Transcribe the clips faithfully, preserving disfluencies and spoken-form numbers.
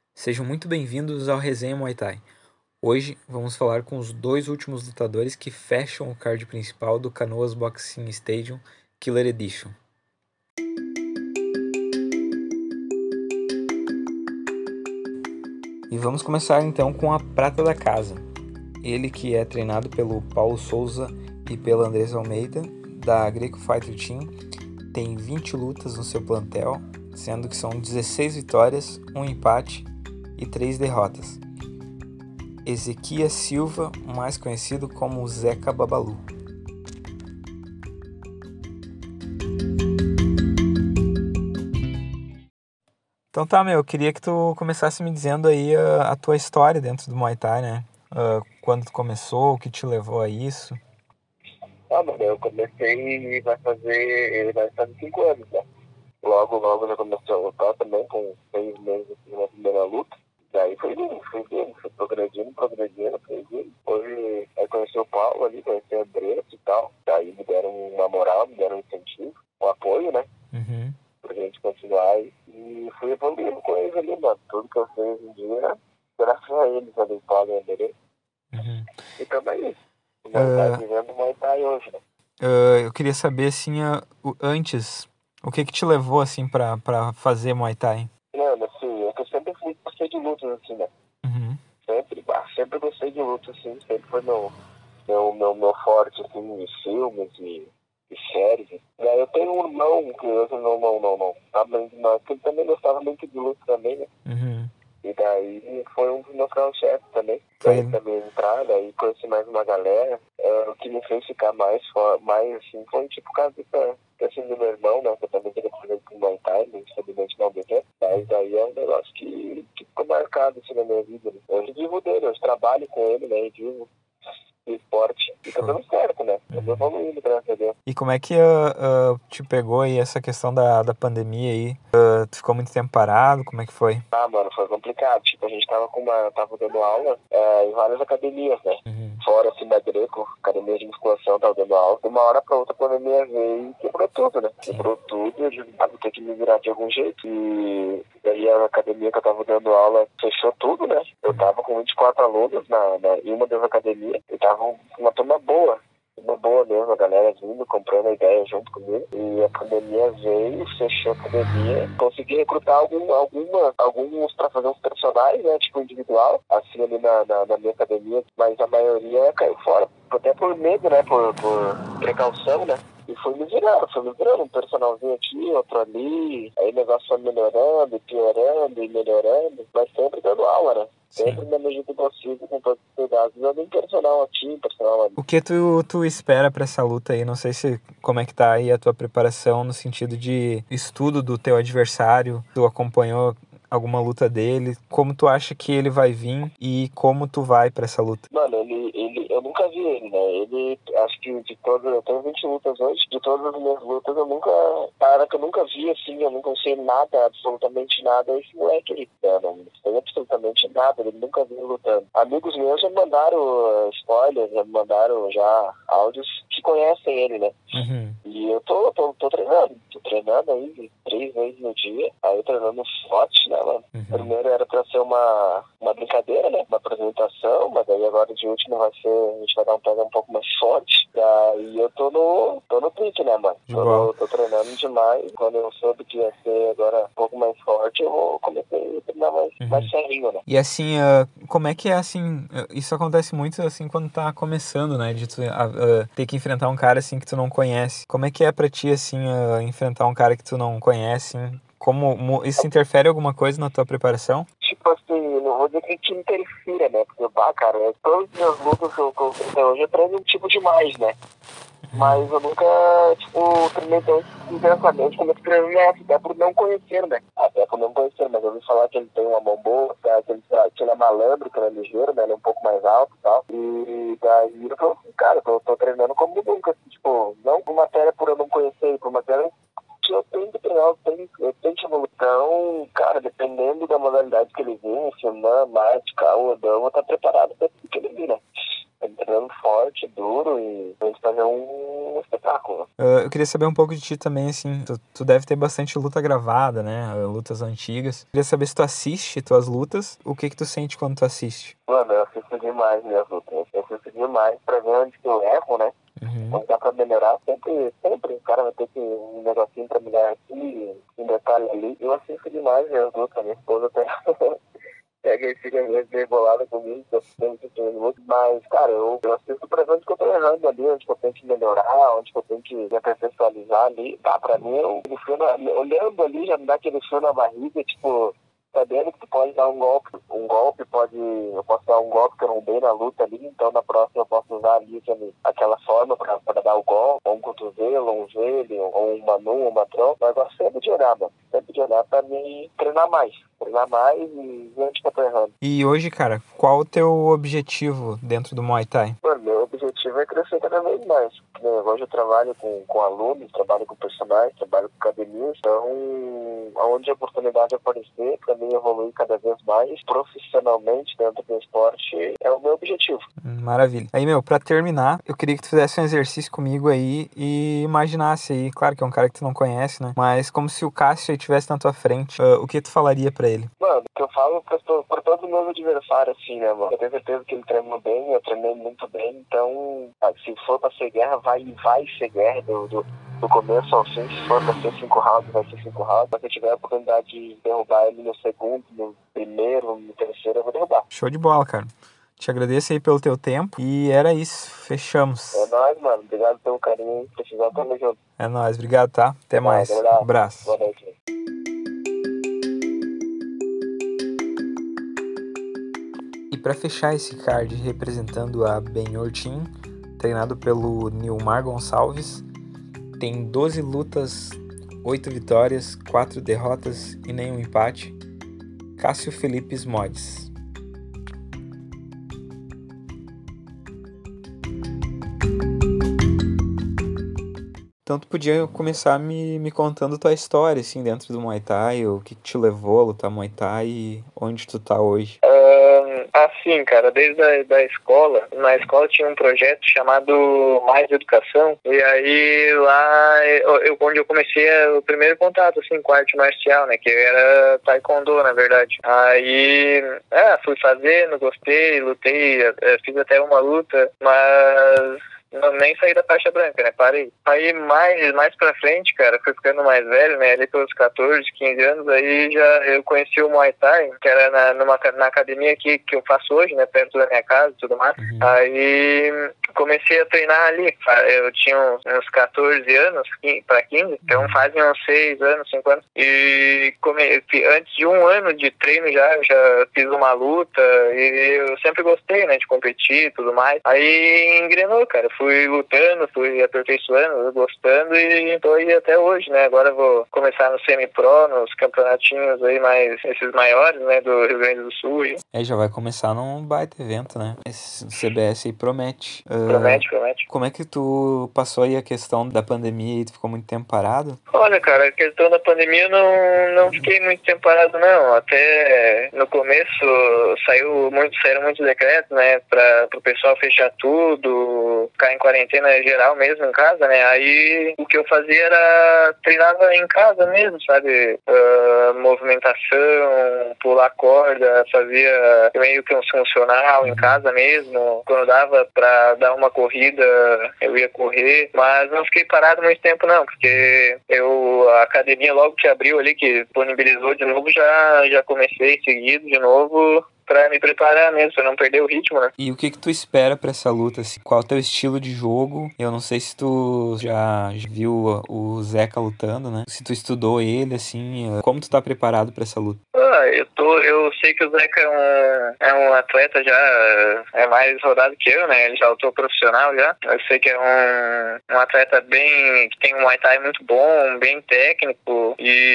Sejam muito bem-vindos ao Resenha Muay Thai. Hoje vamos falar com os dois últimos lutadores que fecham o card principal do Canoas Boxing Stadium Killer Edition. E vamos começar então com a prata da casa. Ele que é treinado pelo Paulo Souza e pela Andressa Almeida, da Greco Fighter Team, tem vinte lutas no seu plantel, sendo que são dezesseis vitórias, um empate e três derrotas. Ezequias Silva, mais conhecido como Zeca Babalu. Então tá, meu, eu queria que tu começasse me dizendo aí a, a tua história dentro do Muay Thai, né? Uh, quando tu começou, o que te levou a isso? Ah, mano, eu comecei, vai fazer, ele vai fazer cinco anos, né? Logo, logo já comecei a lutar também, com seis meses assim, na primeira luta. Daí foi indo, foi indo, foi progredindo, progredindo, progredindo. Hoje, aí conheci o Paulo ali, conheci a Andressa e tal. Daí me deram uma moral, me deram um incentivo, um apoio, né? Uhum. Pra gente continuar e, e fui evoluindo com eles ali, mano. Tudo que eu sei hoje em dia, graças a eles, ali, o Paulo e a Andressa. Uhum. E também, o Muay Thai, Uh, vivendo o Muay Thai hoje, né? uh, eu queria saber, assim, uh, o, antes, o que que te levou, assim, pra, pra fazer Muay Thai? Mano, assim, eu sempre fui gostei de lutas, assim, né? Uhum. Sempre, bah, sempre gostei de lutas, assim, sempre foi meu, meu, meu, meu forte, assim, de filmes e, e séries. E aí eu tenho um irmão que hoje não, não, não, não, tá bem demais, que ele também gostava muito de luta também, né? Uhum. E daí foi um dos meus carros-chefes também. Foi Daí ele. também entrar, daí conheci mais uma galera. É, o que me fez ficar mais, fo- mais assim, foi tipo por causa dessa, desse do meu irmão, né? Que eu também queria fazer com o Muay Thai, mas infelizmente não deu tempo. Mas daí é um negócio que, que ficou marcado assim na minha vida. Né? Hoje vivo dele, hoje trabalho com ele, né? E vivo do esporte. E tá Show. dando certo, né? Tô Uhum. evoluindo, graças a Deus. E como é que uh, uh, te pegou aí essa questão da, da pandemia aí? Uh, tu ficou muito tempo parado? Como é que foi? Ah, mano, foi complicado. Tipo, a gente tava com uma. Tava dando aula é, em várias academias, né? Uhum. Fora assim da Greco, academia de musculação, tava dando aula. De uma hora pra outra a pandemia veio e quebrou tudo, né? Sim. Quebrou tudo e eu digo, ah, vou ter que me virar de algum jeito. E daí a academia que eu tava dando aula fechou tudo, né? Eu tava com vinte e quatro alunos na, na, em uma das academias. E tava uma turma boa. Uma boa mesmo, a galera vindo, comprando a ideia junto comigo. E a pandemia veio, fechou a academia. Consegui recrutar algum, alguma, alguns pra fazer uns personagens, né? Tipo individual, assim ali na, na, na minha academia. Mas a maioria caiu fora. Até por medo, né? Por, por precaução, né? E foi me virando, foi me virando, um personalzinho aqui, outro ali. Aí o negócio foi melhorando, piorando e melhorando. Mas sempre dando aula, né? Sempre Sim. na medida do possível, com todos os cuidados. Eu nem personal aqui, personal ali. O que tu, tu espera pra essa luta aí? Não sei se como é que tá aí a tua preparação no sentido de estudo do teu adversário. Tu acompanhou alguma luta dele? Como tu acha que ele vai vir e como tu vai pra essa luta? Mano, ele, ele, eu nunca vi ele, né? Ele, acho que de todas, eu tenho vinte lutas hoje, de todas as minhas lutas, eu nunca, cara, que eu nunca vi, assim, eu nunca sei nada, absolutamente nada, esse moleque aí, né? Não sei absolutamente nada, ele nunca vi lutando. Amigos meus já me mandaram uh, spoilers, já me mandaram já áudios que conhecem ele, né? Uhum. E eu tô, tô, tô treinando, tô treinando aí três vezes no dia, aí treinando forte, né, mano? Uhum. Primeiro era pra ser uma, uma brincadeira, né? Uma apresentação, mas aí agora de último vai ser, a gente vai dar um pega um pouco mais forte. E aí eu tô no, tô no pique, né, mano? De Tô, bola. no, tô treinando demais. Quando eu soube que ia ser agora um pouco mais forte, eu comecei a treinar mais, Uhum. mais serrinho, né? E assim, uh, como é que é assim? uh, Isso acontece muito assim quando tá começando, né? De tu uh, uh, ter que enfrentar um cara assim que tu não conhece. Como é que é pra ti assim uh, enfrentar um cara que tu não conhece? Hein? Como mu- isso interfere alguma coisa na tua preparação? Tipo assim, não vou dizer que te interfira, né? Porque, bah, cara, todas as minhas lutas que eu, que eu treinei hoje eu treino um tipo demais, né? Mas eu nunca, tipo, treinei tão intensamente como eu tô treinando nessa, até por não conhecer, né? Até por não conhecer, mas eu ouvi falar que ele tem uma mão boa, tá? que, ele, que ele é malandro, que ele é ligeiro, né? Ele é um pouco mais alto e tal. E daí eu tô, cara, eu tô, tô treinando como nunca, assim, tipo, não por matéria por eu não conhecer, por matéria que eu tenho que treinar, eu tenho, eu tenho que evoluir. Então, cara, dependendo da modalidade que ele vir, filmar, mate, caô, eu vou estar preparado pra tudo que ele vir, né? Tá treinando forte. forte, duro e a gente fazer um espetáculo. Uh, eu queria saber um pouco de ti também, assim, tu, tu deve ter bastante luta gravada, né, lutas antigas. Eu queria saber se tu assiste tuas lutas, o que que tu sente quando tu assiste? Mano, eu assisto demais minhas lutas, eu assisto demais pra ver onde que eu erro, né? Uhum. Onde dá pra melhorar, sempre, sempre o cara vai ter que um negocinho pra melhorar aqui, um detalhe ali. Eu assisto demais minhas lutas, minha esposa até pega e fica meio bolada comigo, que eu sempre tenho muito. Mas, cara, eu, eu assisto pra ver onde que eu tô errando ali, onde que eu tenho que melhorar, onde que eu tenho que me aperfeiçoar ali. Tá, pra mim, eu, olhando ali, já me dá aquele frio na barriga, tipo, sabendo que tu pode dar um golpe, um golpe pode, eu posso dar um golpe que eu não dei na luta ali, então na próxima eu posso usar ali aquele, aquela forma pra, pra dar o golpe, ou um cotovelo, um joelho, ou um manu, um matrão, mas eu gosto sempre de olhar, mano, sempre de olhar pra me treinar mais, treinar mais e ver onde que eu tô errando. E hoje, cara, qual o teu objetivo dentro do Muay Thai? Mano, meu objetivo é crescer cada vez mais. Hoje eu trabalho com, com alunos, trabalho com personagens, trabalho com academias, então aonde a oportunidade aparecer, pra mim evoluir cada vez mais profissionalmente dentro do esporte é o meu objetivo. Maravilha. Aí, meu, pra terminar, eu queria que tu fizesse um exercício comigo aí e imaginasse aí, claro que é um cara que tu não conhece, né, mas como se o Cássio estivesse na tua frente, uh, o que tu falaria pra ele? Mano, o que eu falo pra, pra todos os meus adversários, assim, né, mano? Eu tenho certeza que ele treinou bem, eu treinei muito bem, então, se for pra ser guerra, vai, vai ser guerra do, do, do começo ao fim. Se for pra ser cinco rounds, vai ser cinco rounds. Mas se eu tiver a oportunidade de derrubar ele no segundo, no primeiro, no terceiro, eu vou derrubar. Show de bola, cara. Te agradeço aí pelo teu tempo e era isso. Fechamos. É nóis, mano. Obrigado pelo carinho. Precisar, tamo junto. É nóis. Obrigado, tá? Até É mais. nóis, Um abraço. Boa noite. E para fechar esse card representando a Benhur Team, treinado pelo Nilmar Gonçalves, tem doze lutas, oito vitórias, quatro derrotas e nenhum empate. Cássio Felipe Modes. Então tu podia começar me, me contando tua história, assim, dentro do Muay Thai, o que te levou a lutar Muay Thai e onde tu tá hoje. Um, assim, cara, desde a da escola, na escola tinha um projeto chamado Mais Educação, e aí lá, eu, onde eu comecei o primeiro contato, assim, com a arte marcial, né, que era taekwondo, na verdade. Aí, é, fui fazendo, gostei, lutei, fiz até uma luta, mas... Não, nem saí da faixa branca, né? Parei. Aí mais, mais pra frente, cara, fui ficando mais velho, né? Ali pelos catorze, quinze anos, aí já eu conheci o Muay Thai, que era na, numa, na academia aqui que eu faço hoje, né? Perto da minha casa e tudo mais. Uhum. Aí comecei a treinar ali. Eu tinha uns, uns catorze anos pra quinze, então fazem uns seis anos, cinco anos. E come, antes de um ano de treino já, eu já fiz uma luta e eu sempre gostei, né? De competir e tudo mais. Aí engrenou, cara. Fui lutando, fui aperfeiçoando, gostando e tô aí até hoje, né? Agora eu vou começar no semi-pro, nos campeonatinhos aí mais, esses maiores, né? Do Rio Grande do Sul. E... É, já vai começar num baita evento, né? Esse C B S aí promete. Uh, promete, promete. Como é que tu passou aí a questão da pandemia e tu ficou muito tempo parado? Olha, cara, a questão da pandemia eu não, não fiquei muito tempo parado, não. Até no começo saiu muito, saíram muitos decretos, né? Pra, pro pessoal fechar tudo, ficar em quarentena geral mesmo em casa, né? Aí o que eu fazia era treinava em casa mesmo, sabe? Uh, movimentação, pular corda, fazia meio que um funcional em casa mesmo. Quando dava pra dar uma corrida, eu ia correr, mas não fiquei parado muito tempo não, porque eu, a academia logo que abriu ali, que disponibilizou de novo, já, já comecei seguido de novo, pra me preparar mesmo, pra não perder o ritmo, né? E o que que tu espera pra essa luta, assim? Qual é o teu estilo de jogo? Eu não sei se tu já viu o Zeca lutando, né? Se tu estudou ele, assim, como tu tá preparado pra essa luta? Ah, eu tô, eu sei que o Zeca é um, é um atleta já, é mais rodado que eu, né? Ele já lutou profissional já. Eu sei que é um, um atleta bem, que tem um Muay Thai muito bom, bem técnico.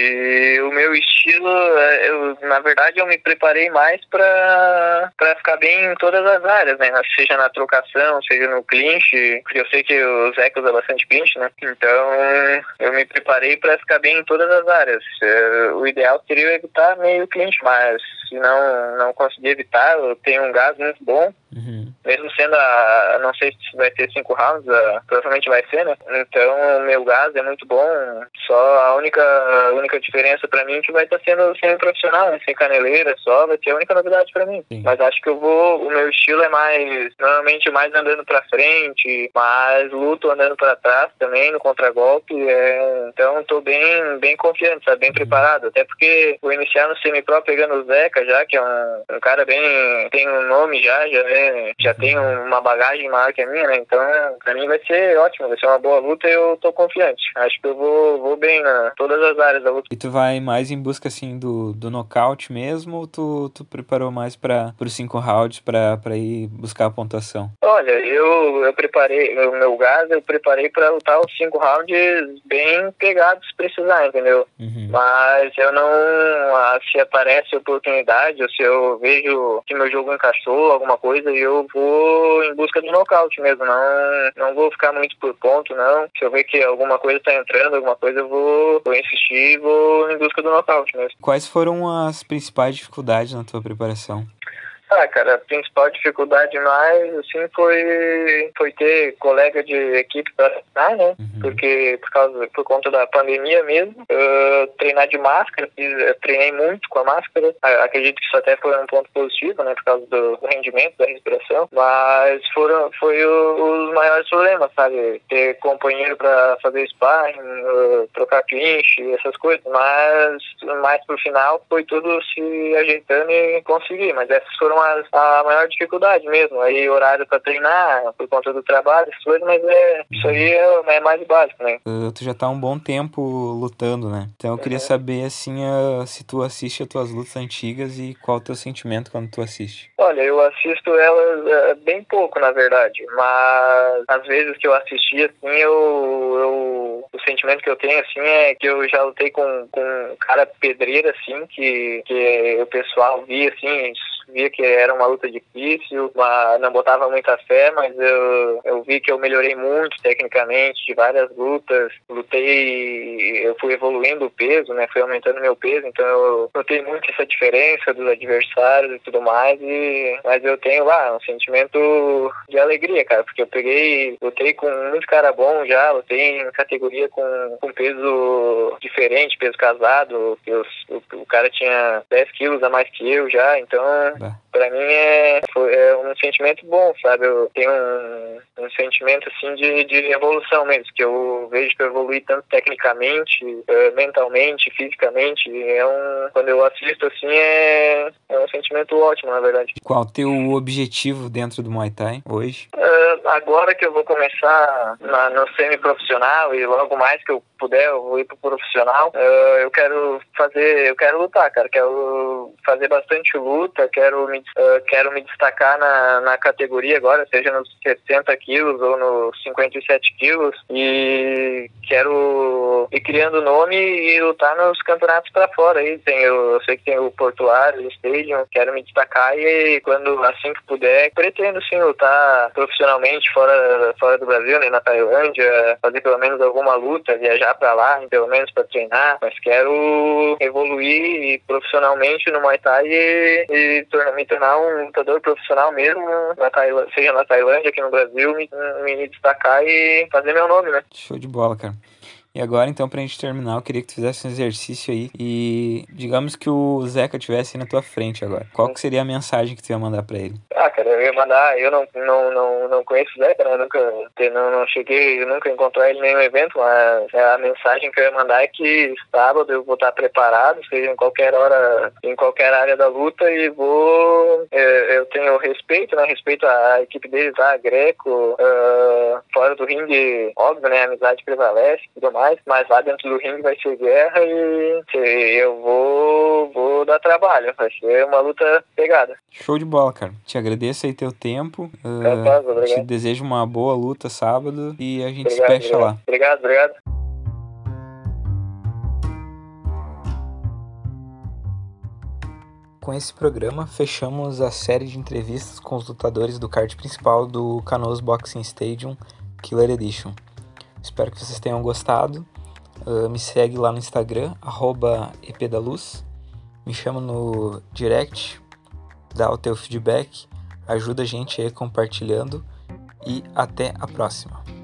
E o meu estilo, eu, na verdade, eu me preparei mais pra para ficar bem em todas as áreas, né? Seja na trocação, seja no clinch, porque eu sei que o Zeca usa bastante clinch, né? Então, eu me preparei para ficar bem em todas as áreas. O ideal seria eu evitar meio e o clinch, mas se não, não conseguir evitar, eu tenho um gás muito bom. Uhum. Mesmo sendo a, não sei se vai ter cinco rounds, a, provavelmente vai ser, né? Então, o meu gás é muito bom. Só a única, a única diferença pra mim que vai estar sendo semi-profissional, né? Sem caneleira, só vai ser a única novidade pra mim. Sim. Mas acho que eu vou, o meu estilo é mais, normalmente mais andando pra frente, mas luto andando pra trás também, no contragolpe. É, então, tô bem, bem confiante, sabe? Bem preparado. Até porque vou iniciar no semi-pro pegando o Zeca já, que é um, um cara bem, tem um nome já, já é já tem uma bagagem maior que a minha, né? Então, pra mim vai ser ótimo, vai ser uma boa luta e eu tô confiante. Acho que eu vou, vou bem na todas as áreas da luta. E tu vai mais em busca, assim, do, do nocaute mesmo, ou tu, tu preparou mais para os cinco rounds pra, pra ir buscar a pontuação? Olha, eu, eu preparei, o meu gás eu preparei pra lutar os cinco rounds bem pegados se precisar, entendeu? Uhum. Mas eu não, se aparece oportunidade, ou se eu vejo que meu jogo encaixou, alguma coisa, eu vou em busca do nocaute mesmo, não, não vou ficar muito por ponto, não. Se eu ver que alguma coisa tá entrando, alguma coisa, eu vou, vou insistir e vou em busca do nocaute mesmo. Quais foram as principais dificuldades na tua preparação? Ah, cara, a principal dificuldade mais, assim, foi, foi ter colega de equipe para treinar, né? Uhum. Porque, por causa, por conta da pandemia mesmo, eu treinar de máscara, eu treinei muito com a máscara. Acredito que isso até foi um ponto positivo, né? Por causa do, do rendimento, da respiração. Mas foram, foi o, os maiores problemas, sabe? Ter companheiro para fazer sparring, uh, trocar clinch, essas coisas. Mas, mais pro final, foi tudo se ajeitando e conseguir. Mas essas foram a, a maior dificuldade mesmo. Aí horário para treinar, por conta do trabalho, essas coisas, mas é, isso aí é, é mais básico, né? Uh, tu já tá há um bom tempo lutando, né? Então eu queria Uhum. saber, assim, uh, se tu assiste as tuas lutas antigas e qual o teu sentimento quando tu assiste. Olha, eu assisto elas uh, bem pouco, na verdade, mas às vezes que eu assisti, assim, eu, eu o sentimento que eu tenho, assim, é que eu já lutei com, com um cara pedreiro, assim, que, que o pessoal via, assim, via que era uma luta difícil, mas não botava muita fé, mas eu, eu vi que eu melhorei muito tecnicamente de várias lutas, lutei, eu fui evoluindo o peso, né, fui aumentando meu peso, então eu notei muito essa diferença dos adversários e tudo mais, e, mas eu tenho lá um sentimento de alegria, cara, porque eu peguei, lutei com muito cara bom já, lutei em categoria com, com peso diferente, peso casado, eu, o, o cara tinha dez quilos a mais que eu já, então pra mim é, é um sentimento bom, sabe? Eu tenho um, um sentimento assim de, de evolução mesmo, que eu vejo que eu evolui tanto tecnicamente, uh, mentalmente, fisicamente. É um, quando eu assisto assim é, é um sentimento ótimo, na verdade. Qual o teu objetivo dentro do Muay Thai hoje? Uh, agora que eu vou começar na, no semi-profissional e logo mais que eu puder, eu vou ir pro profissional, uh, eu quero fazer, eu quero lutar, cara, quero fazer bastante luta, quero me, uh, quero me destacar na, na categoria agora, seja nos sessenta quilos ou nos cinquenta e sete quilos, e quero ir criando nome e lutar nos campeonatos pra fora aí, tem, eu, eu sei que tem o Portuário, o Stadium, quero me destacar e quando, assim que puder, pretendo sim lutar profissionalmente fora, fora do Brasil, né, na Tailândia, fazer pelo menos alguma luta, viajar pra lá, pelo menos pra treinar, mas quero evoluir profissionalmente no Muay Thai e, e tornar, me tornar um lutador profissional mesmo, na Tailândia, seja na Tailândia, aqui no Brasil, me, me destacar e fazer meu nome, né? Show de bola, cara. E agora, então, pra gente terminar, eu queria que tu fizesse um exercício aí e digamos que o Zeca estivesse na tua frente agora. Qual que seria a mensagem que tu ia mandar pra ele? Ah, cara, eu ia mandar, eu não, não, não, não conheço o Zeca, né? Nunca, não, não cheguei, nunca encontrar ele em nenhum evento, mas a mensagem que eu ia mandar é que sábado eu vou estar preparado, seja em qualquer hora, em qualquer área da luta, e vou, eu, eu tenho respeito, né? Respeito à equipe deles, a Greco, uh, fora do ringue, óbvio, né? A amizade prevalece e tudo mais. Mas lá dentro do ringue vai ser guerra e eu vou, vou dar trabalho. Vai ser uma luta pegada. Show de bola, cara. Te agradeço aí teu tempo. Uh, Capaz, obrigado. Te desejo uma boa luta sábado e a gente obrigado, se fecha obrigado. lá. Obrigado, obrigado. Com esse programa, fechamos a série de entrevistas com os lutadores do card principal do Canoas Boxing Stadium Killer Edition. Espero que vocês tenham gostado. Uh, me segue lá no Instagram, arroba epdaluz. Me chama no direct, dá o teu feedback, ajuda a gente aí compartilhando e até a próxima.